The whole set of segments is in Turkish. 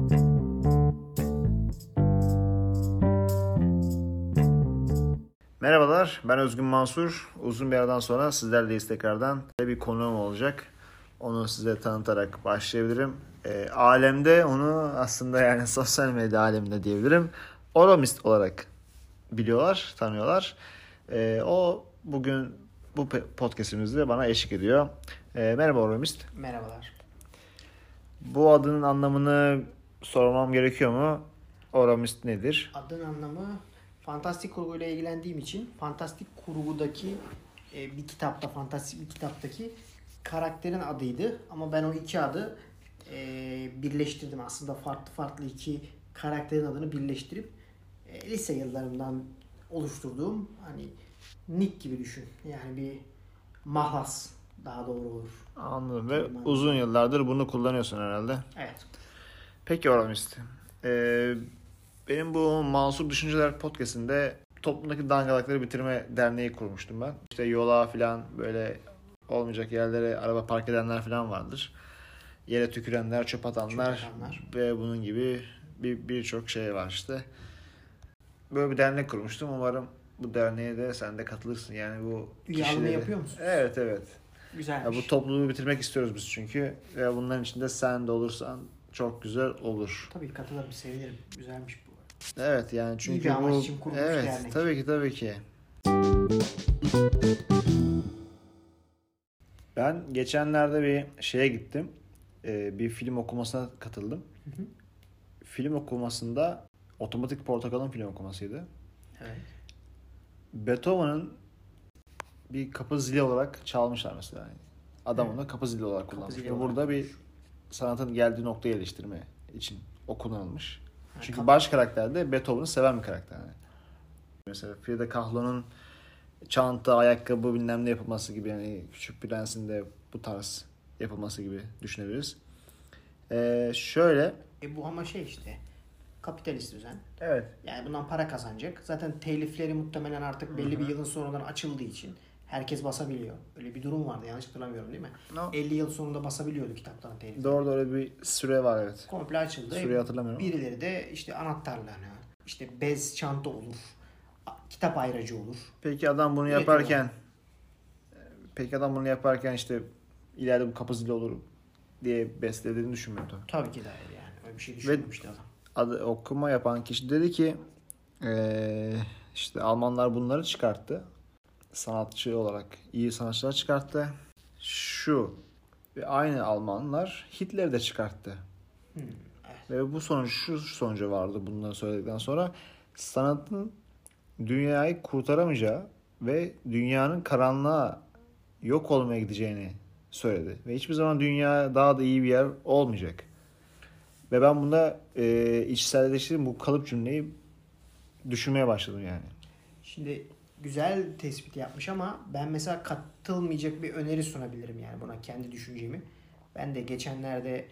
Merhabalar, ben Özgün Mansur. Uzun bir aradan sonra sizlerleyiz tekrardan. Bir konuğum olacak. Onu size tanıtarak başlayabilirim. Alemde onu aslında yani sosyal medya aleminde diyebilirim. Oromist olarak biliyorlar, tanıyorlar. O bugün bu podcastimizde bana eşlik ediyor. Merhaba Oromist. Merhabalar. Bu adının anlamını sormam gerekiyor mu? Oromist nedir? Adın anlamı fantastik kurguyla ilgilendiğim için fantastik kurgudaki fantastik bir kitaptaki karakterin adıydı. Ama ben o iki adı birleştirdim. Aslında farklı farklı iki karakterin adını birleştirip lise yıllarımdan oluşturduğum hani nick gibi düşün. Yani bir mahlas daha doğru olur. Anladım ve uzun yıllardır bunu kullanıyorsun herhalde. Evet. Peki Oromist. Benim bu Mansur Düşünceler podcast'inde toplumdaki dangalakları bitirme derneği kurmuştum ben. İşte yola falan böyle olmayacak yerlere araba park edenler falan vardır. Yere tükürenler, çöp atanlar ve bunun gibi birçok şey var işte. Böyle bir dernek kurmuştum. Umarım bu derneğe de sen de katılırsın. Yani bu kişileri yapıyor musun? Evet. Güzelmiş. Ya bu topluluğu bitirmek istiyoruz biz çünkü. Ve bunların içinde sen de olursan çok güzel olur. Tabii katılırım, sevinirim. Güzelmiş bu. Evet yani çünkü İyi bir amaç için kurulmuş dernek. Tabii ki. Ben geçenlerde bir şeye gittim. Bir film okumasına katıldım. Hı. Film okumasında Otomatik Portakal'ın film okumasıydı. Evet. Beethoven'ın bir kapı zili olarak çalmışlar mesela. Adam onu kapı zili olarak kullanmış. Burada bir sanatın geldiği noktayı eleştirme için o kullanılmış. Çünkü baş karakter de Beethoven'ı seven bir karakter. Yani. Mesela Frida Kahlo'nun çanta, ayakkabı bilmem ne yapılması gibi yani Küçük Prens'in de bu tarz yapılması gibi düşünebiliriz. Şöyle. Bu ama işte kapitalist düzen. Evet. Yani bundan para kazanacak. Zaten telifleri muhtemelen artık belli bir yılın sonradan açıldığı için herkes basabiliyor. Öyle bir durum vardı yanlış hatırlamıyorum değil mi? No. 50 yıl sonunda basabiliyordu kitapların telifleri. Doğru öyle bir süre var evet. Komple açıldı. Süreyi hatırlamıyorum. Birileri de işte anahtarlarını, işte bez çanta olur, kitap ayracı olur. Peki adam bunu yaparken işte ileride bu kapı zili olur diye beslediğini düşünmüyorum tabii. Tabii ki de yani. Öyle bir şey düşünmemişti adam. Okuma yapan kişi dedi ki işte Almanlar bunları çıkarttı. Sanatçı olarak iyi sanatçılar çıkarttı. Ve aynı Almanlar Hitler'i de çıkarttı. Evet. Ve bu şu sonuca vardı bunları söyledikten sonra. Sanatın dünyayı kurtaramayacağı ve dünyanın karanlığa yok olmaya gideceğini söyledi. Ve hiçbir zaman dünya daha da iyi bir yer olmayacak. Ve ben bunda içselleştirdim bu kalıp cümleyi düşünmeye başladım yani. Şimdi güzel tespit yapmış ama ben mesela katılmayacak bir öneri sunabilirim yani buna kendi düşüncemi. Ben de geçenlerde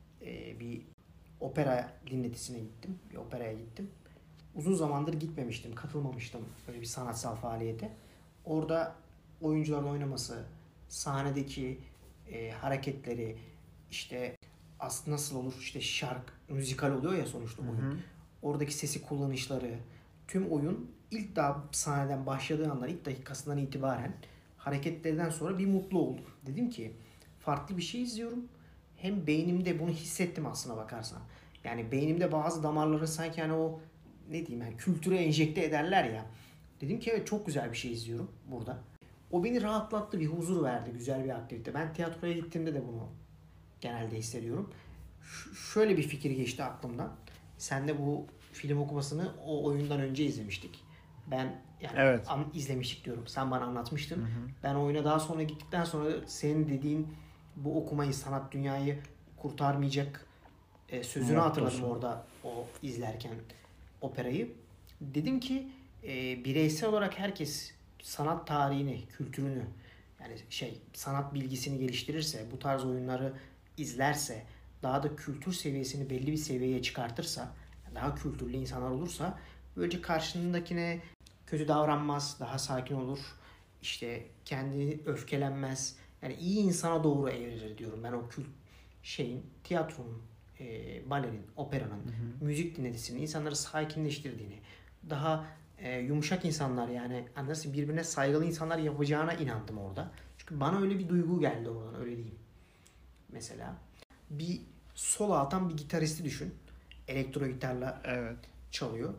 bir opera dinletisine gittim. Bir operaya gittim. Uzun zamandır gitmemiştim, katılmamıştım böyle bir sanatsal faaliyete. Orada oyuncuların oynaması, sahnedeki hareketleri, işte aslında nasıl olur işte müzikal oluyor ya sonuçta oyun. Hı hı. Oradaki sesi kullanışları, tüm oyun ilk daha sahneden başladığı andan, ilk dakikasından itibaren hareketlerden sonra bir mutlu oldum. Dedim ki farklı bir şey izliyorum. Hem beynimde bunu hissettim aslına bakarsan. Yani beynimde bazı damarları sanki hani o yani kültüre enjekte ederler ya. Dedim ki evet çok güzel bir şey izliyorum burada. O beni rahatlattı, bir huzur verdi, güzel bir aktivite. Ben tiyatroya gittiğimde de bunu genelde hissediyorum. Şöyle bir fikir geçti aklımdan. Sen de bu film okumasını o oyundan önce izlemiştik. Ben yani izlemiştik diyorum. Sen bana anlatmıştın. Hı hı. Ben oyuna daha sonra gittikten sonra senin dediğin bu okumayı, sanat dünyayı kurtarmayacak sözünü hatırladım orada o izlerken operayı. Dedim ki bireysel olarak herkes sanat tarihini, kültürünü yani sanat bilgisini geliştirirse, bu tarz oyunları izlerse, daha da kültür seviyesini belli bir seviyeye çıkartırsa, daha kültürlü insanlar olursa böylece karşındakine kötü davranmaz, daha sakin olur. İşte kendi öfkelenmez. Yani iyi insana doğru evrilir diyorum. Ben o tiyatronun balerin, operanın müzik dinletisini, insanları sakinleştirdiğini, daha yumuşak insanlar yani nasıl birbirine saygılı insanlar yapacağına inandım orada. Çünkü bana öyle bir duygu geldi oradan, öyle diyeyim. Mesela bir solo atan bir gitaristi düşün. Elektro gitarla çalıyor.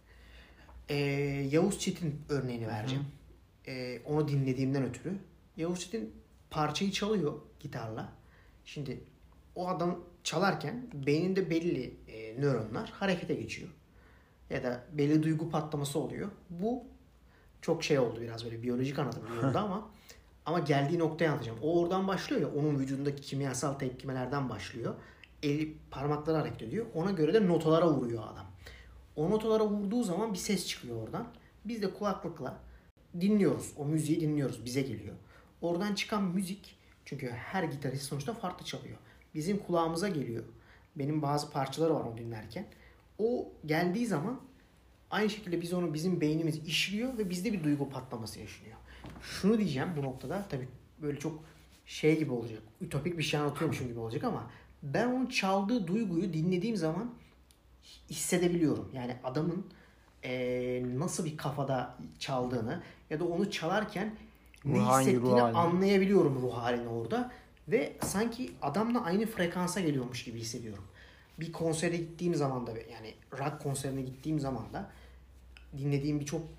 Yavuz Çetin örneğini vereceğim. Onu dinlediğimden ötürü. Yavuz Çetin parçayı çalıyor gitarla. Şimdi o adam çalarken beyninde belli nöronlar harekete geçiyor. Ya da belli duygu patlaması oluyor. Bu çok şey oldu, biraz böyle biyolojik anlatım oldu ama geldiği noktaya anlatacağım. O oradan başlıyor ya, onun vücudundaki kimyasal tepkimelerden başlıyor. Eli parmakları hareket ediyor. Ona göre de notalara vuruyor adam. O notalara vurduğu zaman bir ses çıkıyor oradan. Biz de kulaklıkla dinliyoruz. O müziği dinliyoruz. Bize geliyor. Oradan çıkan müzik, çünkü her gitarist sonuçta farklı çalıyor. Bizim kulağımıza geliyor. Benim bazı parçaları var onu dinlerken. O geldiği zaman aynı şekilde bizim beynimiz işliyor ve bizde bir duygu patlaması yaşanıyor. Şunu diyeceğim bu noktada, tabii böyle çok şey gibi olacak. Ütopik bir şey anlatıyormuşum gibi olacak ama ben onun çaldığı duyguyu dinlediğim zaman hissedebiliyorum. Yani adamın nasıl bir kafada çaldığını ya da onu çalarken ne hissettiğini anlayabiliyorum, ruh halini orada. Ve sanki adamla aynı frekansa geliyormuş gibi hissediyorum. Bir konsere gittiğim zaman da, yani rock konserine gittiğim zaman da dinlediğim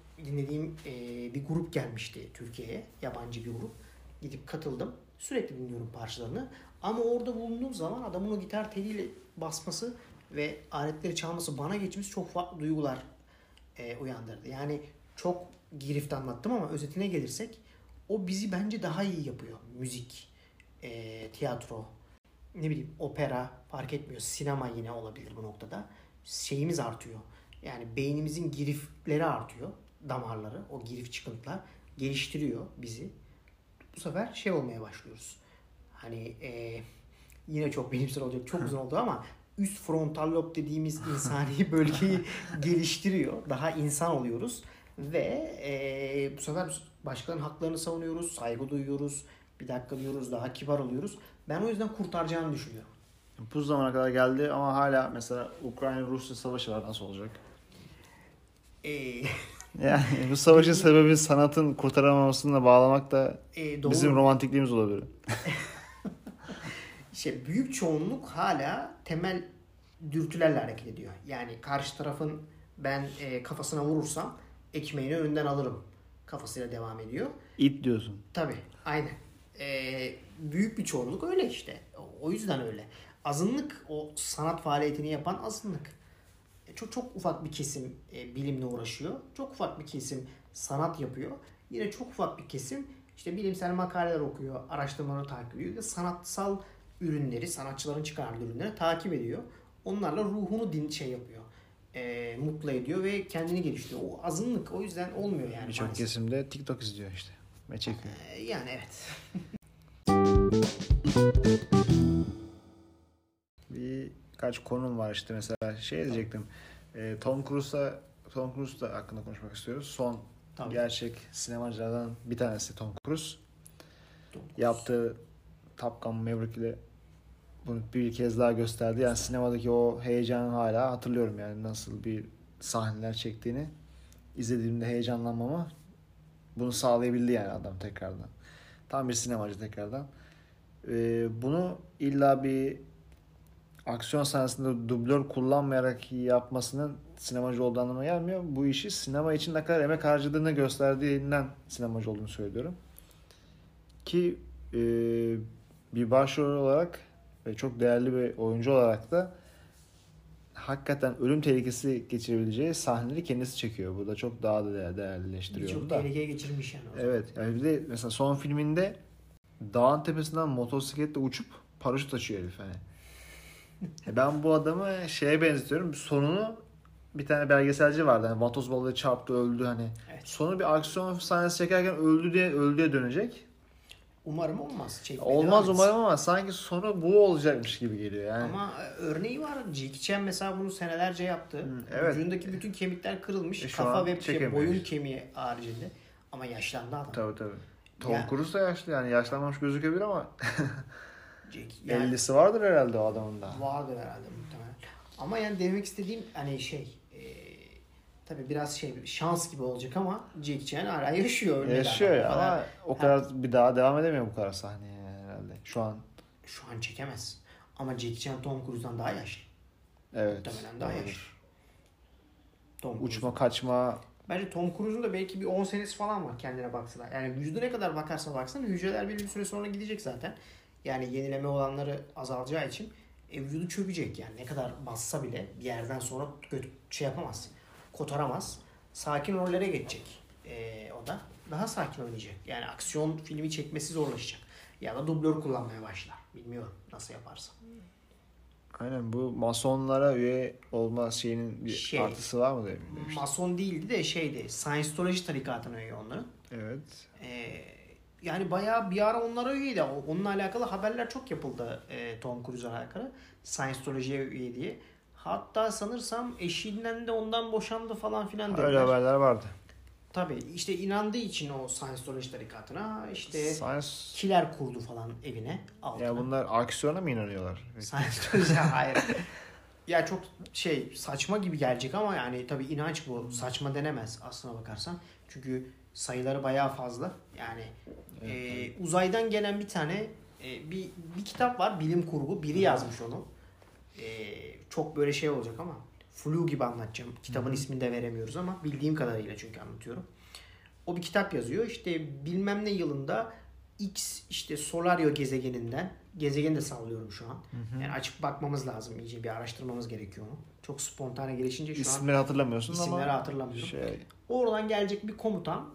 bir grup gelmişti Türkiye'ye. Yabancı bir grup. Gidip katıldım. Sürekli dinliyorum parçalarını. Ama orada bulunduğum zaman adamın o gitar teliyle basması ve aletleri çalması, bana geçmiş çok farklı duygular uyandırdı. Yani çok girift anlattım ama özetine gelirsek o bizi bence daha iyi yapıyor. Müzik, tiyatro, ne bileyim opera, fark etmiyor. Sinema yine olabilir bu noktada. Şeyimiz artıyor. Yani beynimizin girifleri artıyor. Damarları, o girif çıkıntılar geliştiriyor bizi. Bu sefer şey olmaya başlıyoruz. Hani yine çok bilimsel olacak, çok uzun oldu ama üst frontal lob dediğimiz insani bölgeyi geliştiriyor. Daha insan oluyoruz. Ve bu sefer başkalarının haklarını savunuyoruz, saygı duyuyoruz. Bir dakika diyoruz, daha kibar oluyoruz. Ben o yüzden kurtaracağını düşünüyorum. Bu zamana kadar geldi ama hala mesela Ukrayna-Rusya savaşı var, nasıl olacak? Yani bu savaşın sebebi sanatın kurtaramamasına bağlamak da bizim romantikliğimiz olabilir. İşte büyük çoğunluk hala temel dürtülerle hareket ediyor. Yani karşı tarafın ben kafasına vurursam ekmeğini önden alırım kafasıyla devam ediyor. İt diyorsun. Tabii, aynen. Büyük bir çoğunluk öyle işte. O yüzden öyle. Azınlık, o sanat faaliyetini yapan azınlık. Çok ufak bir kesim bilimle uğraşıyor. Çok ufak bir kesim sanat yapıyor. Yine çok ufak bir kesim işte bilimsel makaleler okuyor, araştırmaları takip ediyor. Sanatsal ürünleri, sanatçıların çıkardığı ürünleri takip ediyor. Onlarla ruhunu yapıyor. Mutlu ediyor ve kendini geliştiriyor. O azınlık, o yüzden olmuyor yani. Birçok kesimde TikTok izliyor işte. Ve çekiyor. Yani evet. Birkaç konum var işte, mesela şey diyecektim. Tom Cruise da hakkında konuşmak istiyoruz. Son gerçek sinemacılardan bir tanesi Tom Cruise. Yaptığı Top Gun Maverick ile bunu bir kez daha gösterdi. Yani sinemadaki o heyecanı hala hatırlıyorum, yani nasıl bir sahneler çektiğini. İzlediğimde heyecanlanmamı bunu sağlayabildi yani adam tekrardan. Tam bir sinemacı tekrardan. Bunu illa bir aksiyon sahnesinde dublör kullanmayarak yapmasının sinemacı olduğu anlamına gelmiyor. Bu işi sinema için ne kadar emek harcadığını gösterdiğinden sinemacı olduğunu söylüyorum. Ki bir başrol olarak ve çok değerli bir oyuncu olarak da hakikaten ölüm tehlikesi geçirebileceği sahneleri kendisi çekiyor. Bu da çok daha da değerlileştiriyor. Çok tehlikeye geçirmiş yani. Evet. Yani bir de mesela son filminde dağın tepesinden motosikletle uçup paraşüt açıyor herif hani. Ben bu adamı şeye benzetiyorum. Sonunu, bir tane belgeselci vardı. Hani vatoz balığı çarptı, öldü hani. Evet. Sonu bir aksiyon sahnesi çekerken öldüğe dönecek. Umarım olmaz. Olmaz umarım ama sanki sonu bu olacakmış gibi geliyor yani. Ama örneği var. Jackie Chan mesela bunu senelerce yaptı. Evet. Vücudundaki bütün kemikler kırılmış. Kafa ve boyun kemiği haricinde. Ama yaşlandı adam. Tabii. Tom Cruise da yaşlı yani. Yaşlanmamış gözükebilir ama. Jack, yani 50'si vardır herhalde o adamın da. vardır herhalde muhtemelen. Ama yani demek istediğim hani tabii biraz şans gibi olacak ama Jackie Chan hala yaşıyor. Yaşıyor ya ama o kadar bir daha devam edemiyor bu kadar sahneye herhalde. Şu an çekemez. Ama Jackie Chan Tom Cruise'dan daha yaşlı. evet. Muhtemelen daha yaşlı. Uçma kaçma. Bence Tom Cruise'un da belki bir 10 senesi falan var kendine baksana. Yani vücudu ne kadar bakarsa baksana hücreler belli bir süre sonra gidecek zaten. Yani yenileme olanları azalacağı için vücudu çökecek yani. Ne kadar bassa bile bir yerden sonra yapamaz. Kotaramaz. Sakin rollere geçecek o da. Daha sakin oynayacak. Yani aksiyon filmi çekmesi zorlaşacak. Ya da dublör kullanmaya başlar. Bilmiyorum nasıl yaparsa. Aynen bu masonlara üye olma şeyinin bir artısı var mı diye. Mason değildi de Scientology tarikatına üye onların. Evet. Yani bayağı bir ara onlara üyeydi. Onunla alakalı haberler çok yapıldı Tom Cruise'a alakalı. Scientology'ye üye diye. Hatta sanırsam eşinden de ondan boşandı falan filan dediler. Öyle haberler vardı. Tabii işte inandığı için o Scientology tarikatına kiler kurdu falan evine altına. Ya bunlar aksiyona mı inanıyorlar? Scientology hayır. Ya çok saçma gibi gelecek ama yani tabii inanç bu. Saçma denemez aslına bakarsan. Çünkü sayıları bayağı fazla. Yani uzaydan gelen bir tane bir kitap var bilim kurgu. Biri yazmış onu. Çok böyle olacak ama flu gibi anlatacağım. Kitabın ismini de veremiyoruz ama bildiğim kadarıyla çünkü anlatıyorum. O bir kitap yazıyor. İşte bilmem ne yılında X Solario gezegeni de sallıyorum şu an. Yani açıp bakmamız lazım. İyice bir araştırmamız gerekiyor onu. Çok spontane gelişince şu İsimleri hatırlamıyorsun ama isimleri hatırlamıyorum. Oradan gelecek bir komutan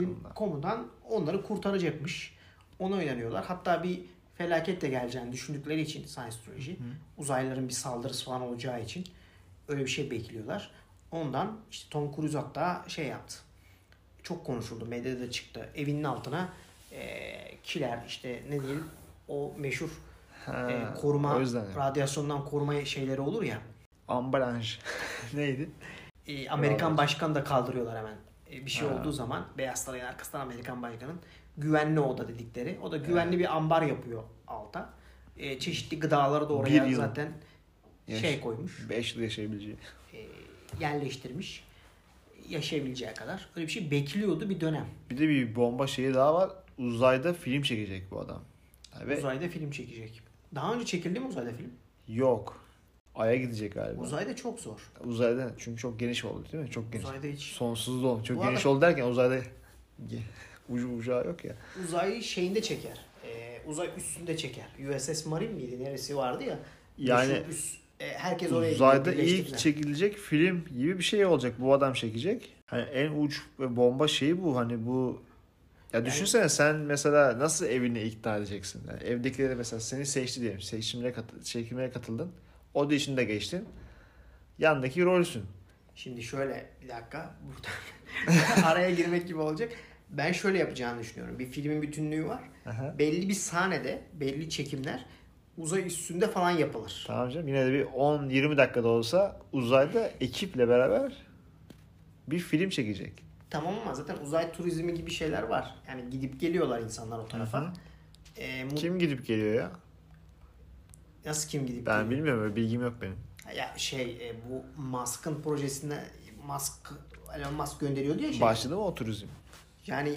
onları kurtaracakmış. Ona inanıyorlar. Hatta bir felaket de geleceğini düşündükleri için Scientology uzaylıların bir saldırısı falan olacağı için öyle bir şey bekliyorlar. Ondan Tom Cruise hatta yaptı. Çok konuşuldu. Medyada da çıktı. Evinin altına kiler ne diyelim o meşhur koruma radyasyondan koruma şeyleri olur ya. Ambalaj. Neydi? Amerikan başkanı da kaldırıyorlar hemen. Bir şey olduğu zaman Beyaz Saray'ın arkasından Amerikan başkanın güvenli oda dedikleri. O da güvenli bir ambar yapıyor alta. Çeşitli gıdaları da oraya zaten koymuş. 5 yıl yaşayabileceği. Yerleştirmiş. Yaşayabileceği kadar. Öyle bir şey bekliyordu bir dönem. Bir de bir bomba daha var. Uzayda film çekecek bu adam. Uzayda film çekecek. Daha önce çekildi mi uzayda film? Yok. Ay'a gidecek galiba. Uzayda çok zor. Uzayda çünkü çok geniş oldu değil mi? Çok geniş. Uzayda hiç. Sonsuz da oldu. Çok geniş oldu derken uzayda ucağı yok ya. Uzayı çeker. Uzay üstünde çeker. USS Marine miydi? Neresi vardı ya? Yani herkes oraya uzayda ilk çekilecek film gibi bir şey olacak. Bu adam çekecek. Hani en uç ve bomba bu. Hani bu ya düşünsene sen mesela nasıl evini ikna edeceksin? Yani evdekileri mesela seni seçti diyelim. Çekimlere katıldın. Audition'da geçtin. Yandaki rolsün. Şimdi şöyle bir dakika. Burada araya girmek gibi olacak. Ben şöyle yapacağını düşünüyorum. Bir filmin bütünlüğü var. Aha. Belli bir sahnede, belli çekimler uzay üstünde falan yapılır. Tamam canım. Yine de bir 10-20 dakikada olsa uzayda ekiple beraber bir film çekecek. Tamam ama zaten uzay turizmi gibi şeyler var. Yani gidip geliyorlar insanlar o tarafa. Kim gidip geliyor ya? Nasıl kim gidip ben geliyor? Bilmiyorum. Öyle bilgim yok benim. Ya bu Musk'ın projesinde Elon Musk gönderiyordu ya. Başladı mı o turizm? Yani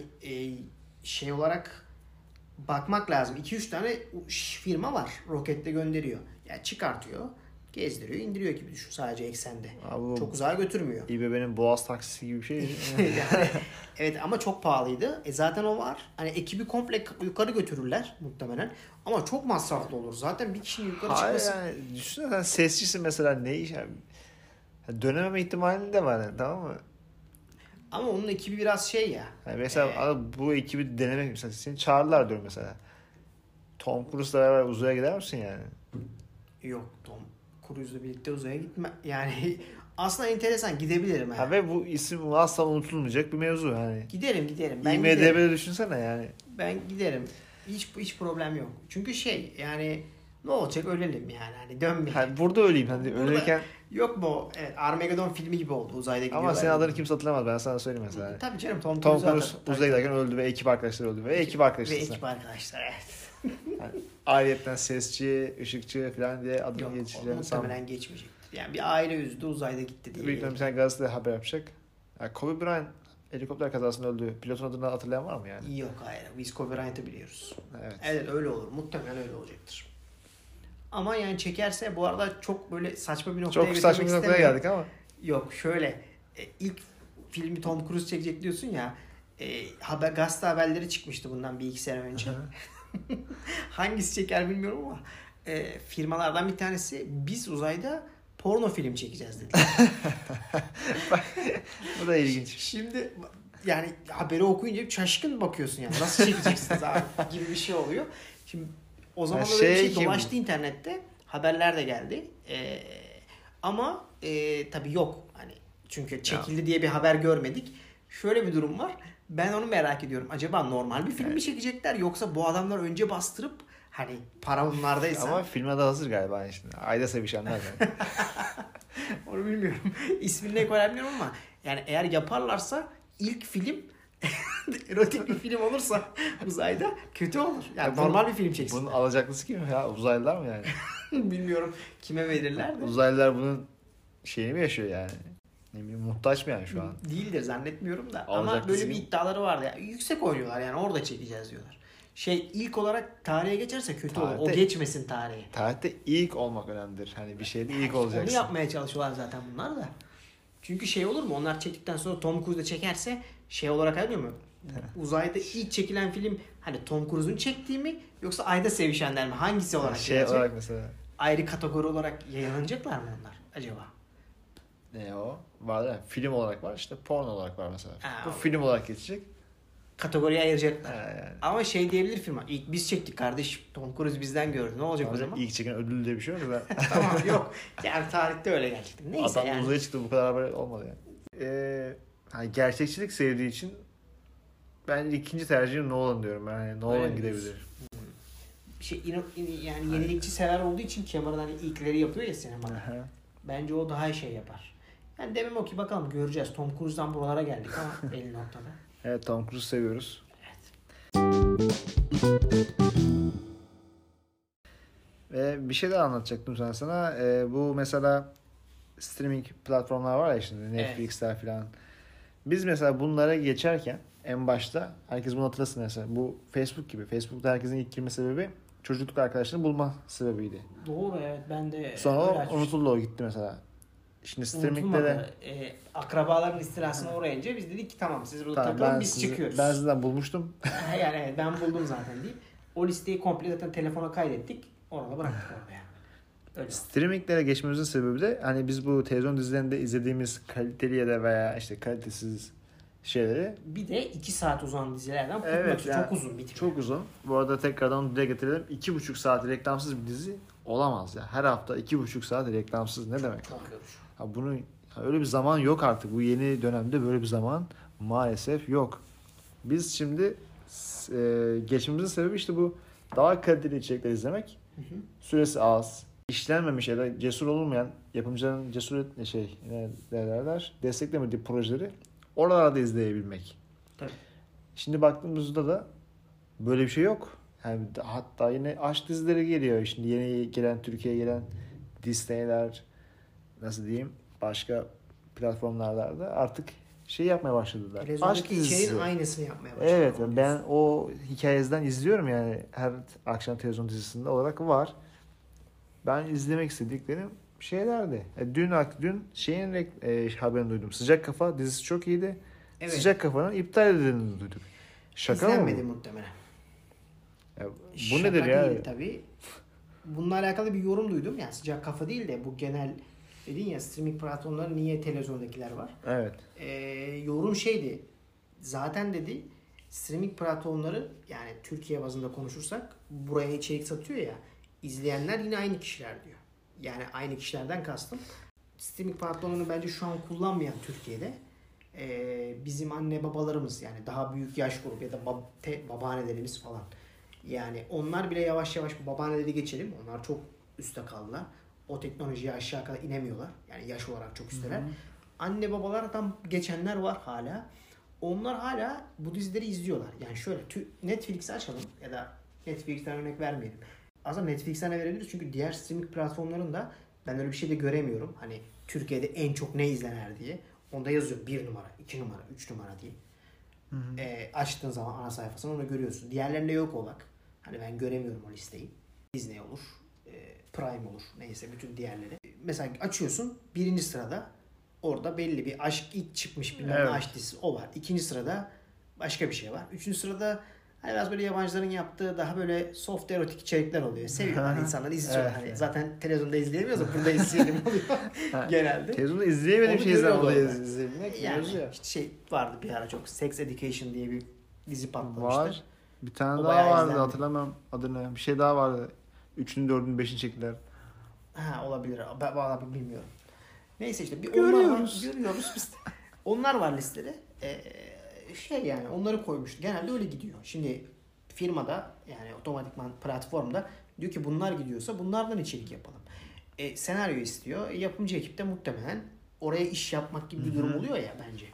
olarak bakmak lazım. 2-3 tane firma var. Rokette gönderiyor. Yani çıkartıyor, gezdiriyor, indiriyor gibi düşün sadece eksende. Abi, çok uzağa götürmüyor. İBB'nin Boğaz taksisi gibi bir şey. Yani, evet ama çok pahalıydı. Zaten o var. Hani ekibi komple yukarı götürürler muhtemelen. Ama çok masraflı olur. Zaten bir kişinin yukarı çıkması. Yani düşünsene sen sesçisin mesela ne iş yani. Dönememe ihtimalin de var yani, tamam mı? Ama onun ekibi biraz ya. Yani mesela bu ekibi denemek mesela seni çağırırlar diyorum mesela. Tom Cruise'la beraber uzaya gider misin yani? Yok, Tom Cruise'la birlikte uzaya gitme. Yani aslında enteresan, gidebilirim. Ha, ve bu isim asla unutulmayacak bir mevzu yani. Giderim. Ben IMDb'de düşünsene yani. Ben giderim. Hiç problem yok. Çünkü yani ne olacak, ölelim yani. Hani dönmeyelim. Yani burada öleyim hani ölürken. Yok mu? Evet, Armageddon filmi gibi oldu. Uzayda gidiyorlar. Ama senin adını kimse hatırlamaz. Ben sana söyleyeyim mesela. Tabii canım, Tom Cruise uzaya giderken öldü ve ekip arkadaşları öldü. Ve ekip arkadaşları. Evet. Yani ayrıyetten sesçi, ışıkçı falan diye adını Yok, geçeceğini muhtemelen geçmeyecektir. Yani bir aile üzdü, uzayda gitti diye. Büyük ihtimalle bir tane gazetede haber yapacak. Yani Kobe Bryant helikopter kazasında öldü. Pilotun adını hatırlayan var mı yani? Yok, hayır. Biz Kobe Bryant'ı biliyoruz. Evet. Evet, öyle olur. Muhtemelen öyle olacaktır. Ama yani çekerse, bu arada çok böyle saçma bir noktaya Çok saçma bir noktaya geldik ama. Yok, şöyle. İlk filmi Tom Cruise çekecek diyorsun ya. Gazete haberleri çıkmıştı bundan bir iki sene önce. Hangisi çeker bilmiyorum ama firmalardan bir tanesi biz uzayda porno film çekeceğiz dedi. Bu da ilginç. Şimdi yani haberi okuyunca şaşkın bakıyorsun yani. Nasıl çekeceksiniz abi gibi bir şey oluyor. Şimdi o zaman öyle bir şey dolaştı internette. Haberler de geldi. Ama tabii yok. Hani çünkü çekildi diye bir haber görmedik. Şöyle bir durum var. Ben onu merak ediyorum. Acaba normal bir film mi çekecekler, yoksa bu adamlar önce bastırıp hani para bunlardaysa. Ama filme de hazır galiba yani şimdi. Ayda sevişenler yani. Onu bilmiyorum. İsmini ne koyar bilmiyorum ama yani eğer yaparlarsa ilk film erotik bir film olursa uzayda kötü olur. Yani normal bir film çeksin. Bunun alacaklısı kim ya? Uzaylılar mı yani? Bilmiyorum kime verirler de. Uzaylılar bunun şeyini mi yaşıyor yani? Ne bileyim, muhtaç mı yani şu an? Değildir zannetmiyorum da. Alacaklısı ama böyle bir kim? iddiaları vardı. Yani yüksek oynuyorlar yani, orada çekeceğiz diyorlar. İlk olarak tarihe geçerse kötü olur. O geçmesin tarihe. Tarihte ilk olmak önemlidir. Hani bir şeyde ilk olacaksın. Onu yapmaya çalışıyorlar zaten bunlar da. Çünkü olur mu? Onlar çektikten sonra Tom Cruise de çekerse olarak ayrılıyor mu? Uzayda ilk çekilen film hani Tom Cruise'un çektiği mi, yoksa ayda sevişenler mi? Hangisi olarak olarak mesela. Ayrı kategori olarak yayınlanacaklar mı onlar acaba? Ne o? Var ya, film olarak var, işte porno olarak var mesela. Bu O film olarak geçecek. Kategoriye ayıracaklar. Yani. Ama diyebilir firma. İlk biz çektik kardeş. Tom Cruise bizden gördü. Ne olacak o zaman? İlk çeken ödül diye bir şey yok da. Tamam, yok. Yani tarihte öyle gerçekten. Neyse Adam yani. uzaya çıktı, bu kadar haber olmadı yani. Hani gerçekçilik sevdiği için ben ikinci tercihim Nolan diyorum. Yani Nolan gidebilir. Yani yenilikçi sever olduğu için Cameron hani ilkleri yapıyor ya sinemada. Bence o daha yapar. Yani demem o ki, bakalım göreceğiz. Tom Cruise'dan buralara geldik ama 50 noktada. Evet, Tom Cruise seviyoruz. Ve bir şey daha anlatacaktım sana. Bu mesela streaming platformlar var ya şimdi, Netflix'ler falan. Biz mesela bunlara geçerken en başta herkes bunu hatırlasın mesela. Bu Facebook gibi. Facebook'ta herkesin ilk girme sebebi çocukluk arkadaşlarını bulma sebebiydi. Doğru, evet, ben de sonra unutuldu, o gitti mesela. Şimdi streaming'de de akrabaların istilasına uğrayınca biz dedik ki tamam, siz burada takılın, biz çıkıyoruz. Ben sizden bulmuştum. Yani evet, ben buldum zaten deyip o listeyi komple zaten telefona kaydettik. Orada bıraktık orada yani. Öyle. Streaminglere geçmemizin sebebi de hani biz bu televizyon dizilerinde izlediğimiz kaliteli ya da veya işte kalitesiz şeyleri. Bir de 2 saat uzanan dizilerden kurtulmak yani, çok uzun bir Çok uzun. Bu arada tekrardan onu dile getirelim. 2,5 saat reklamsız bir dizi olamaz ya. Her hafta 2,5 saat reklamsız ne demek? Çok yorucu. Bunun öyle bir zaman yok artık. Bu yeni dönemde böyle bir zaman maalesef yok. Biz şimdi geçmemizin sebebi işte bu daha kaliteli içerikler izlemek. Süresi az, işlenmemiş ya da cesur olmayan yapımcıların desteklemediği projeleri oralarda izleyebilmek. Tabii. Şimdi baktığımızda da böyle bir şey yok. Yani hatta yine aşk dizileri geliyor. Şimdi yeni gelen, Türkiye'ye gelen Disney'ler, nasıl diyeyim, başka platformlarda da artık yapmaya başladılar. Aşk dizisi. Aynısını yapmaya başladılar. Evet, ben o hikayeden izliyorum yani, her akşam televizyon dizisinde olarak var. Ben izlemek istediklerim şeylerdi. Dün haberini duydum. Sıcak Kafa dizisi çok iyiydi. Evet. Sıcak Kafa'nın iptal edildiğini duyduk. Şaka İzlenmedi mı? muhtemelen. Bu Şaka nedir ya? değil tabii. Bununla alakalı bir yorum duydum. Yani Sıcak Kafa değil de bu genel dedin ya, streaming platformları niye televizyondakiler var? Evet. Yorum zaten dedi, streaming platformları yani Türkiye bazında konuşursak buraya içerik satıyor ya, izleyenler yine aynı kişiler diyor. Yani aynı kişilerden kastım. Streaming platformlarını bence şu an kullanmayan Türkiye'de bizim anne babalarımız, yani daha büyük yaş grubu ya da babaannelerimiz falan. Yani onlar bile yavaş yavaş, bu babaanneleri geçelim. Onlar çok üstte kaldılar. O teknolojiye aşağı kadar inemiyorlar. Yani yaş olarak çok üstteler. Anne babalardan geçenler var hala. Onlar hala bu dizileri izliyorlar. Yani şöyle Netflix'i açalım ya da Netflix'ten örnek vermeyelim. Aslında Netflix'ten de verebiliriz çünkü diğer streaming platformlarında ben öyle bir şey de göremiyorum. Hani Türkiye'de en çok ne izlenir diye. Onda yazıyor 1 numara, 2 numara, 3 numara diye. Açtığın zaman ana sayfasını onu görüyorsun. Diğerlerinde yok olak. Hani ben göremiyorum o listeyi. Disney olur, Prime olur, neyse bütün diğerleri. Mesela açıyorsun birinci sırada orada belli bir aşk ilk çıkmış bir aşk dizisi o var. İkinci sırada başka bir şey var. Üçüncü sırada hani biraz böyle yabancıların yaptığı daha böyle soft erotik içerikler oluyor. Seviyorlar insanlar izliyorlar. Evet. Hani zaten televizyonda izleyemiyoruz da burada izleyelim oluyor genelde. Televizyonda izleyemediğim şeyi zaten görüyorlar orada orada. izleyebilmek Yani ya. işte şey vardı bir ara çok Sex Education diye bir dizi patlamıştı. Var. Bir tane O daha bayağı vardı izlendi. hatırlamam adını. Bir şey daha vardı. 3'ünü 4'ünü 5'ini çektiler. Ha olabilir. Ben vallahi bilmiyorum. Neyse işte bir Görüyoruz. onlar var. Görüyoruz biz. Onlar var listede. Şey yani onları koymuştu. Genelde öyle gidiyor. Şimdi firmada yani otomatikman platformda diyor ki bunlar gidiyorsa bunlardan içerik yapalım. Senaryo istiyor. Yapımcı ekip de muhtemelen oraya iş yapmak gibi bir durum oluyor ya bence.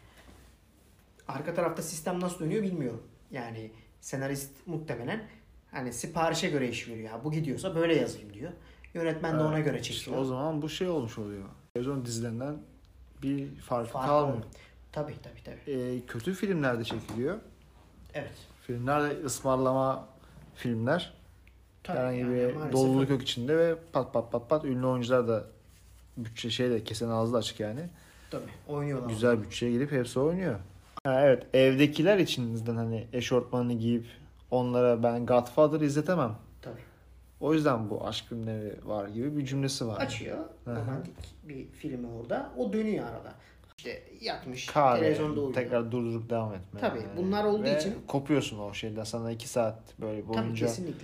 Arka tarafta sistem nasıl dönüyor bilmiyorum. Yani senarist muhtemelen hani siparişe göre iş veriyor. Ya bu gidiyorsa böyle yazayım diyor. Yönetmen de ona göre çekiyor. İşte o zaman bu şey olmuş oluyor. Televizyon dizilerinden bir farkı Farklı kalmıyor. oldu. Tabii. Kötü filmler de çekiliyor. Evet. Filmler de ısmarlama filmler. Tabii Herhangi yani bir maalesef doluluk öyle. yok içinde ve pat ünlü oyuncular da bütçe şeyle kesen ağzı da açık yani. Tabii oynuyorlar. Güzel bütçeye girip hepsi oynuyor. Ha, evet evdekiler içinizden hani eşortmanını giyip onlara ben Godfather izletemem. Tabii. O yüzden bu aşk filmleri var gibi bir cümlesi var. Açıyor. Romantik bir filmi orada. O dönüyor arada. İşte yatmış. Kahve, Televizyonda uyuyor. tekrar durdurup devam etme. Tabii, bunlar olduğu Ve için- kopuyorsun o şeyden. Sana 2 saat böyle Tabii boyunca kesinlikle.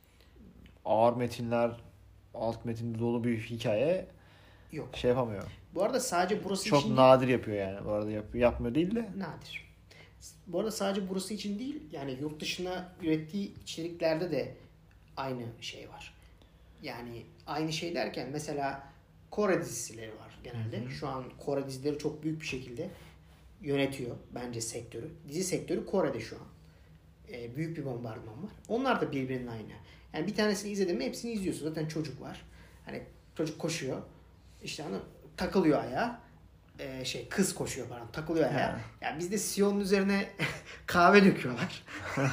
ağır metinler, alt metinde dolu bir hikaye Yok. şey yapamıyor. Bu arada sadece burası Çok için değil. nadir yapıyor yani. Bu arada yapmıyor değil de. Nadir. Bu arada sadece burası için değil. Yani yurt dışına ürettiği içeriklerde de aynı şey var. Yani aynı şey derken mesela Kore dizileri var genelde. Şu an Kore dizileri çok büyük bir şekilde yönetiyor bence sektörü. Dizi sektörü Kore'de şu an. Büyük bir bombardıman var. Onlar da birbirinin aynı. Yani bir tanesini izledin mi hepsini izliyorsun. Zaten çocuk var. Hani çocuk koşuyor. İşte hani takılıyor ayağa. Kız koşuyor falan. Takılıyor ayağa. Ya bizde Sion'un üzerine kahve döküyorlar.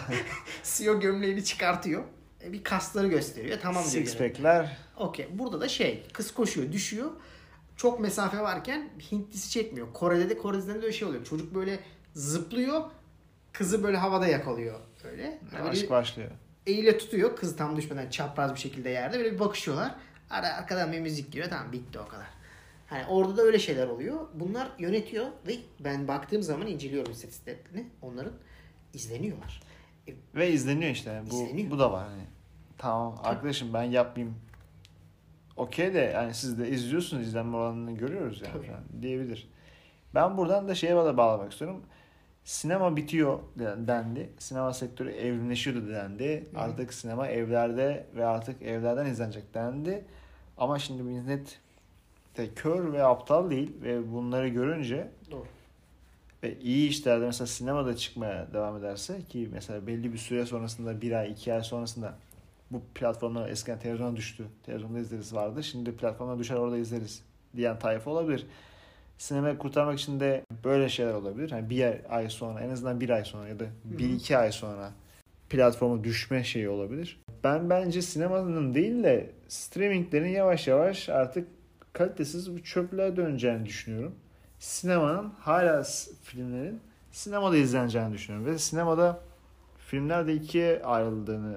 Sion gömleğini çıkartıyor. Bir kasları gösteriyor. Tamam diyor. Six gene. pack'ler. Okey. Burada da kız koşuyor, düşüyor. Çok mesafe varken Hintlisi çekmiyor. Kore dizide öyle şey oluyor. Çocuk böyle zıplıyor. Kızı böyle havada yakalıyor. Öyle. Yani Aşk başlıyor. eliyle tutuyor. Kız tam düşmeden çapraz bir şekilde yerde. Böyle bir bakışıyorlar. Arkadan bir müzik giriyor. Tamam bitti o kadar. Hani orada da öyle şeyler oluyor. Bunlar yönetiyor ve ben baktığım zaman inceliyorum istatistiklerini. Onların izleniyorlar. Ve izleniyor işte. İzleniyor. Bu da var hani. Tamam arkadaşım ben yapmayayım. Okey de yani siz de izliyorsunuz, izlenme oranını görüyoruz yani Tabii. falan diyebilir. Ben buradan da şeye da bağlamak istiyorum. Sinema bitiyor dendi. Sinema sektörü evrimleşiyordu dendi. Artık sinema evlerde ve artık evlerden izlenecek dendi. Ama şimdi millet de kör ve aptal değil ve bunları görünce Doğru. ve iyi işlerde mesela sinemada çıkmaya devam ederse ki mesela belli bir süre sonrasında 1 ay 2 ay sonrasında bu platformlar eskiden televizyona düştü. Televizyonda izleriz vardı. Şimdi platformuna düşer orada izleriz diyen tayfa olabilir. Sinemayı kurtarmak için de böyle şeyler olabilir. Yani bir ay sonra en azından 1 ay sonra ya da 1-2 ay sonra platforma düşme şeyi olabilir. Ben bence sinemanın değil de streaminglerin yavaş yavaş artık kalitesiz bir çöplüğe döneceğini düşünüyorum. Sinemanın hala filmlerin sinemada izleneceğini düşünüyorum. Ve sinemada filmler de ikiye ayrıldığını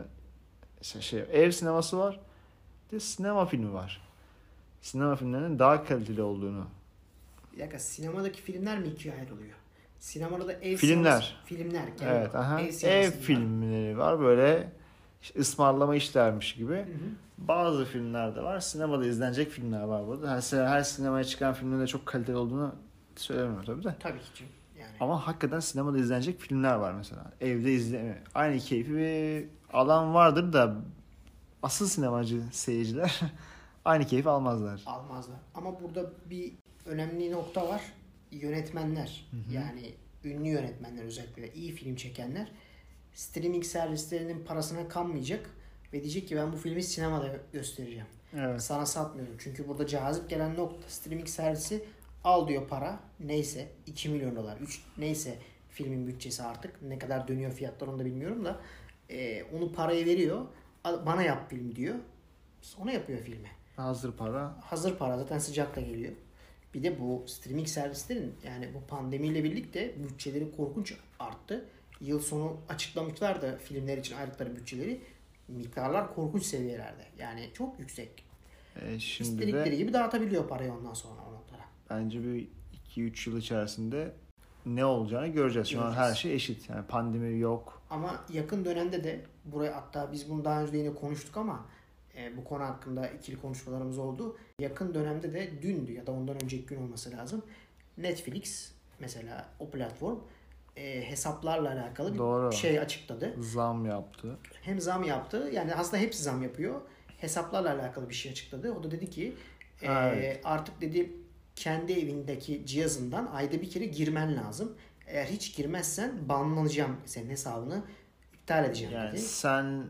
ev sineması var. Bir de sinema filmi var. Sinema filmlerinin daha kaliteli olduğunu. Bir dakika sinemadaki filmler mi ikiye ayrılıyor? Sinemada da ev Filmler. sineması. Filmler. genel Evet, olarak. aha. Ev Ev sineması var. filmleri var böyle işte ısmarlama işlermiş gibi. Hı hı. Bazı filmler de var. Sinemada izlenecek filmler var burada. Her sinemaya çıkan filmin de çok kaliteli olduğunu söylemiyorum tabii de. Tabii ki canım. Yani. Ama hakikaten sinemada izlenecek filmler var mesela. Evde izleme. Aynı keyfi bir alan vardır da asıl sinemacı seyirciler aynı keyfi almazlar. Almazlar. Ama burada bir önemli nokta var. Yönetmenler. Yani ünlü yönetmenler özellikle iyi film çekenler streaming servislerinin parasına kanmayacak ve diyecek ki ben bu filmi sinemada göstereceğim. Evet. Sana satmıyorum. Çünkü burada cazip gelen nokta, streaming servisi al diyor para. Neyse 2 milyon dolar. 3 neyse filmin bütçesi artık. Ne kadar dönüyor fiyatlar onu da bilmiyorum da. Onu parayı veriyor. Bana yap film diyor. Ona yapıyor filmi. Hazır para. Hazır para zaten sıcak da geliyor. Bir de bu streaming servislerin yani bu pandemiyle birlikte bütçeleri korkunç arttı. Yıl sonu açıklamışlar da filmler için ayırdıkları bütçeleri, miktarlar korkunç seviyelerde. Yani çok yüksek. Şimdi İstedikleri de gibi dağıtabiliyor parayı ondan sonra o noktalara. bence bir 2-3 yıl içerisinde ne olacağını göreceğiz. Şu an her şey eşit. Yani pandemi yok. Ama yakın dönemde de buraya, hatta biz bunu daha önce de yine konuştuk ama bu konu hakkında ikili konuşmalarımız oldu. Yakın dönemde de dündü ya da ondan önceki gün olması lazım. Netflix mesela o platform hesaplarla alakalı bir Doğru. şey açıkladı. Zam yaptı. Hem zam yaptı, yani aslında hepsi zam yapıyor. Hesaplarla alakalı bir şey açıkladı. O da dedi ki Evet. artık dedi kendi evindeki cihazından ayda bir kere girmen lazım. Eğer hiç girmezsen banlanacağım, senin hesabını iptal edeceğim Yani dedi. sen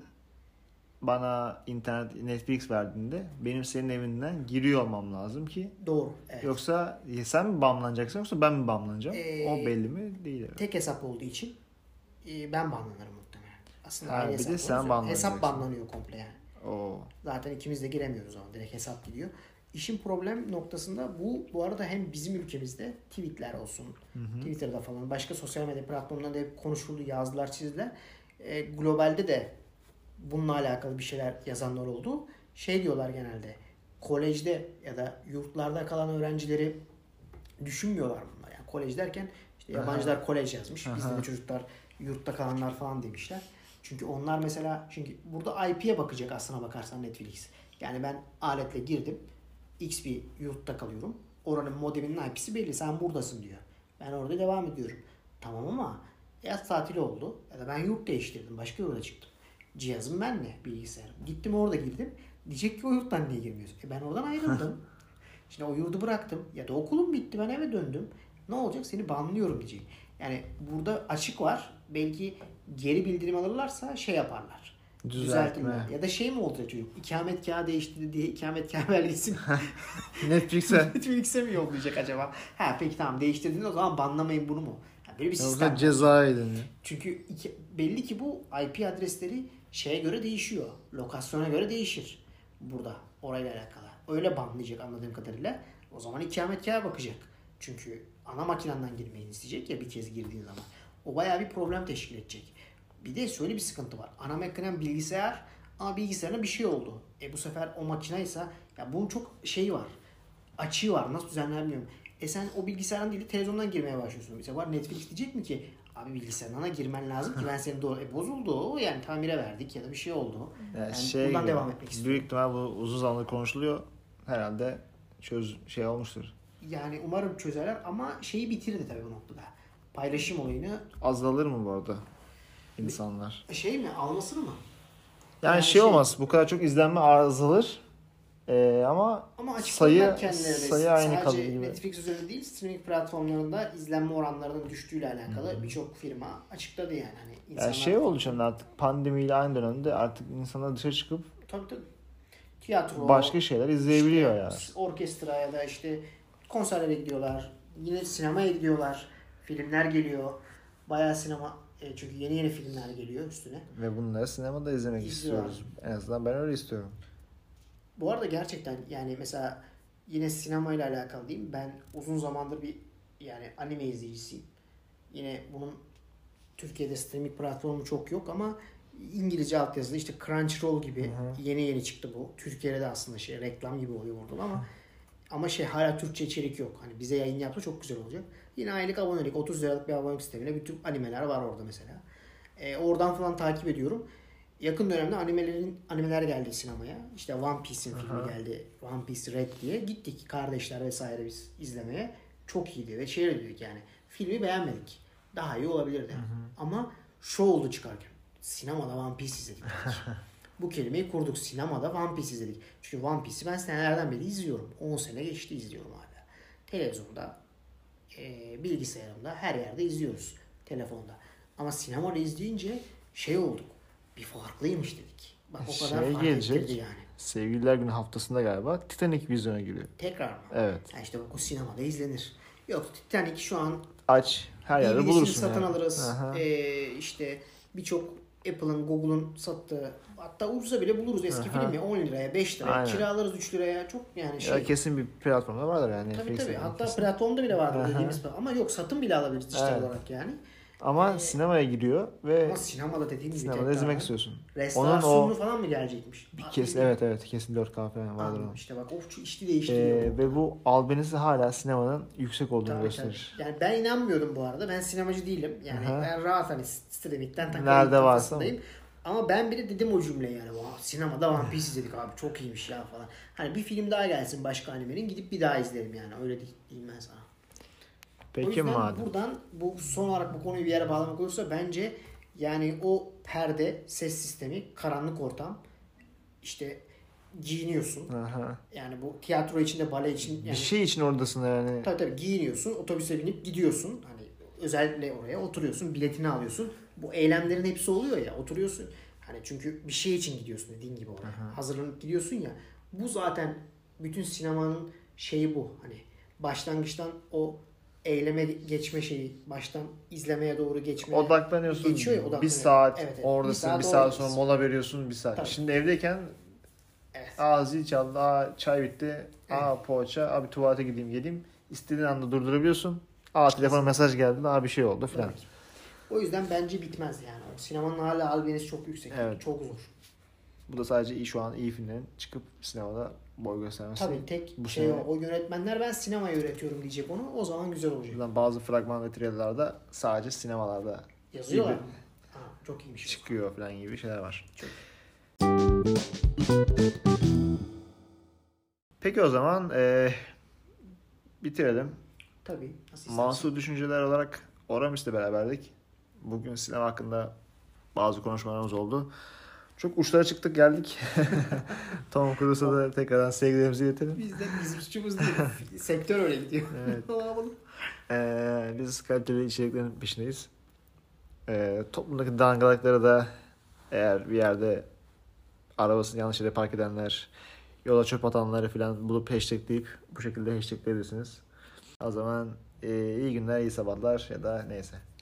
bana internet Netflix verdiğinde benim senin evinden giriyor olmam lazım ki. Doğru. Evet. Yoksa sen mi bamlanacaksın yoksa ben mi bamlanacağım? O belli mi? Değil. Evet. Tek hesap olduğu için ben banlanırım muhtemelen. Aslında Ha, aynı bir de hesap. sen banlanacaksın. Hesap banlanıyor komple yani. Oo. Zaten ikimiz de giremiyoruz ama direkt hesap gidiyor. İşin problem noktasında bu arada hem bizim ülkemizde tweetler olsun, Twitter'da falan başka sosyal medya platformlarında hep konuşuldu, yazdılar, çizdiler. Globalde de bununla alakalı bir şeyler yazanlar oldu. Şey diyorlar genelde, kolejde ya da yurtlarda kalan öğrencileri düşünmüyorlar bunlar. Yani kolej derken işte yabancılar kolej yazmış. Bizde de çocuklar yurtta kalanlar falan demişler. Çünkü onlar mesela, çünkü burada IP'ye bakacak aslına bakarsan Netflix. Yani ben aletle girdim. X bir yurtta kalıyorum. Oranın modeminin IP'si belli. Sen buradasın diyor. Ben orada devam ediyorum. Tamam ama yaz tatili oldu. Ya da ben yurt değiştirdim. Başka yurda çıktım. Cihazım benle, bilgisayarım. Gittim orada girdim. Diyecek ki o yurttan niye girmiyorsun? Ben oradan ayrıldım. Şimdi o yurdu bıraktım. Ya da okulum bitti. Ben eve döndüm. Ne olacak? Seni banlıyorum diyecek. Yani burada açık var. Belki geri bildirim alırlarsa şey yaparlar. Düzeltirler. Ya da şey mi olacak çocuk? İkametgahı değiştirdi diye ikametgah belgesi Netflix'e mi yollayacak acaba? Ha peki tamam, değiştirdiniz o zaman banlamayın bunu mu? Ha, böyle bir sistem. Yoksa ceza edin. Çünkü belli ki bu IP adresleri şeye göre değişiyor. Lokasyona göre değişir. Burada orayla alakalı. Öyle banlayacak anladığım kadarıyla. O zaman ikametgaha bakacak. Çünkü ana makinenden girmeyi isteyecek ya bir kez girdiğin zaman. O bayağı bir problem teşkil edecek. Bir de şöyle bir sıkıntı var. Ana makinen bilgisayar ama bilgisayarına bir şey oldu. Bu sefer o makinaysa ya bunun çok şeyi var. Açığı var. Nasıl düzenler bilmiyorum. Sen o bilgisayardan değil de televizyondan girmeye başlıyorsun. Mesela var, Netflix diyecek mi ki abi bilgisayarına girmen lazım ki ben seni bozuldu o, yani tamire verdik ya da bir şey oldu. Yani buradan devam etmek istiyorum. Büyük ihtimal bu uzun zamandır konuşuluyor. Herhalde şey olmuştur. Yani umarım çözerler ama şeyi bitirdi tabii bu noktada. Paylaşım olayını. Azalır mı bu arada insanlar? Şey mi? Almasını mı? Yani şey olmaz. Bu kadar çok izlenme azalır. Ama sayı aynı kalır gibi. Netflix üzerinde değil, streaming platformlarında izlenme oranlarının düştüğüyle alakalı birçok firma açıkladı yani. Hani insanlar... Yani şey oldu şimdi artık pandemiyle aynı dönemde artık insanlar dışarı çıkıp tabii. Tiyatro, başka şeyler izleyebiliyor işte, yani. Orkestra ya da işte konserlere gidiyorlar. Yine sinemaya gidiyorlar. Filmler geliyor. Bayağı sinema, çünkü yeni filmler geliyor üstüne. Ve bunları sinemada izlemek istiyoruz. En azından ben öyle istiyorum. Bu arada gerçekten yani mesela yine sinemayla alakalı diyeyim. Ben uzun zamandır bir yani anime izleyicisiyim. Yine bunun Türkiye'de streaming platformu çok yok ama İngilizce altyazılı işte Crunchyroll gibi yeni çıktı bu. Türkiye'de de aslında reklam gibi oluyor burada ama hala Türkçe içerik yok. Hani bize yayın yapsa çok güzel olacak. Yine aylık abonelik 30 liralık bir abonelik sistemiyle bütün animeler var orada mesela. Oradan falan takip ediyorum. Yakın dönemde animeler geldi sinemaya. İşte One Piece'in filmi geldi. One Piece Red diye. Gittik kardeşler vesaire biz izlemeye. Çok iyiydi ve dedik yani. Filmi beğenmedik. Daha iyi olabilirdi. Ama şu oldu çıkarken. Sinemada One Piece izledik. Bu kelimeyi kurduk. Sinemada One Piece izledik. Çünkü One Piece'i ben senelerden beri izliyorum. 10 sene geçti izliyorum hala. Televizyonda, bilgisayarımda her yerde izliyoruz. Telefonda. Ama sinemada izleyince şey olduk. Bir farklıymış dedik. Bak o kadar Şey fark gelecek. ettirdi yani. Sevgililer Günü haftasında galiba Titanic vizyona giriyor. Tekrar mı? Evet. Yani işte bak o sinemada izlenir. Yok Titanic şu an Aç. Her yerde DVD'sini bulursun satın yani. alırız. Aha. İşte birçok Apple'ın, Google'un sattığı, hatta ucuza bile buluruz eski Aha. film ya 10 liraya, 5 liraya, Aynen. kiralarız 3 liraya, çok yani şey. Ya kesin bir platformda vardır yani. Tabii Netflix'te tabii. falan Hatta kesin. platformda bile vardır Aha. dediğimiz ama yok satın bile alabiliriz dijital Evet. olarak yani. Ama sinemaya giriyor ve Ama sinemada dediğim gibi sinemada tekrar izlemek istiyorsun. restorasyonlu falan mı gelecekmiş? Kesin, evet kesin 4K falan vardır Anladım. onun. İşte bak o işti değiştiriyor. Ve bu albenisi hala sinemanın yüksek olduğunu Tabii, gösterir. tabii. Yani ben inanmıyorum bu arada. Ben sinemacı değilim. Yani Aha. ben rahat hani streaming'den takılayım Nerede varsa kafasındayım. Ama ben bile dedim o cümleyi yani. Sinemada One Piece izledik abi. Çok iyiymiş ya falan. Hani bir film daha gelsin başka animenin. Gidip bir daha izlerim yani. Öyle diyeyim ben sana. O Peki yüzden madem. buradan bu son olarak bu konuyu bir yere bağlamak olursa bence yani o perde, ses sistemi, karanlık ortam, işte giyiniyorsun. Aha. Yani bu tiyatro içinde, bale için yani Bir şey için oradasın yani. tabii giyiniyorsun, otobüse binip gidiyorsun. Hani özellikle oraya oturuyorsun, biletini alıyorsun. Bu eylemlerin hepsi oluyor ya, oturuyorsun. Hani çünkü bir şey için gidiyorsun dediğin gibi oraya. Aha. Hazırlanıp gidiyorsun ya. Bu zaten bütün sinemanın şeyi bu. Hani başlangıçtan o eyleme geçme şeyi, baştan izlemeye doğru geçmeye Odaklanıyorsun. geçiyor ya, odaklanıyor. Bir saat Evet, evet. oradasın. Bir saat sonra oradasın. mola veriyorsun. Bir saat. Tabii. Şimdi evdeyken Evet. zil çaldı. Çay bitti. Poğaça. Abi tuvalete gideyim geleyim. İstediğin anda durdurabiliyorsun. Telefona mesaj geldi. Bir şey oldu falan. Tabii ki. O yüzden bence bitmez yani. Sinemanın hala albenisi çok yüksek. Evet. Çok zor. Bu da sadece şu an iyi filmlerin çıkıp sinemada boy göstermesi. Tabii tek bu şey sene- o yönetmenler ben sinemaya üretiyorum diyecek onu. O zaman güzel olacak. Buradan bazı fragman ve trailerlarda sadece sinemalarda Yazıyorlar gibi mı? Ha, çok iyiymiş. çıkıyor falan gibi şeyler var. Çok. Peki o zaman bitirelim. Tabii. Nasıl istersen. Mansur Düşünceler olarak Oramis'le beraberdik. Bugün sinema hakkında bazı konuşmalarımız oldu. Çok uçlara çıktık geldik. Tom Cruise'a da tekrardan sevgilerimizi iletelim. Bizim suçumuz değil. Sektör öyle gidiyor. Evet. Ne yapalım? Biz kaliteli içeriklerin peşindeyiz. Toplumdaki dangalakları da eğer bir yerde arabasını yanlış yere park edenler, yola çöp atanları falan bulup hashtagleyip bu şekilde hashtagleyebilirsiniz. O zaman iyi günler, iyi sabahlar ya da neyse.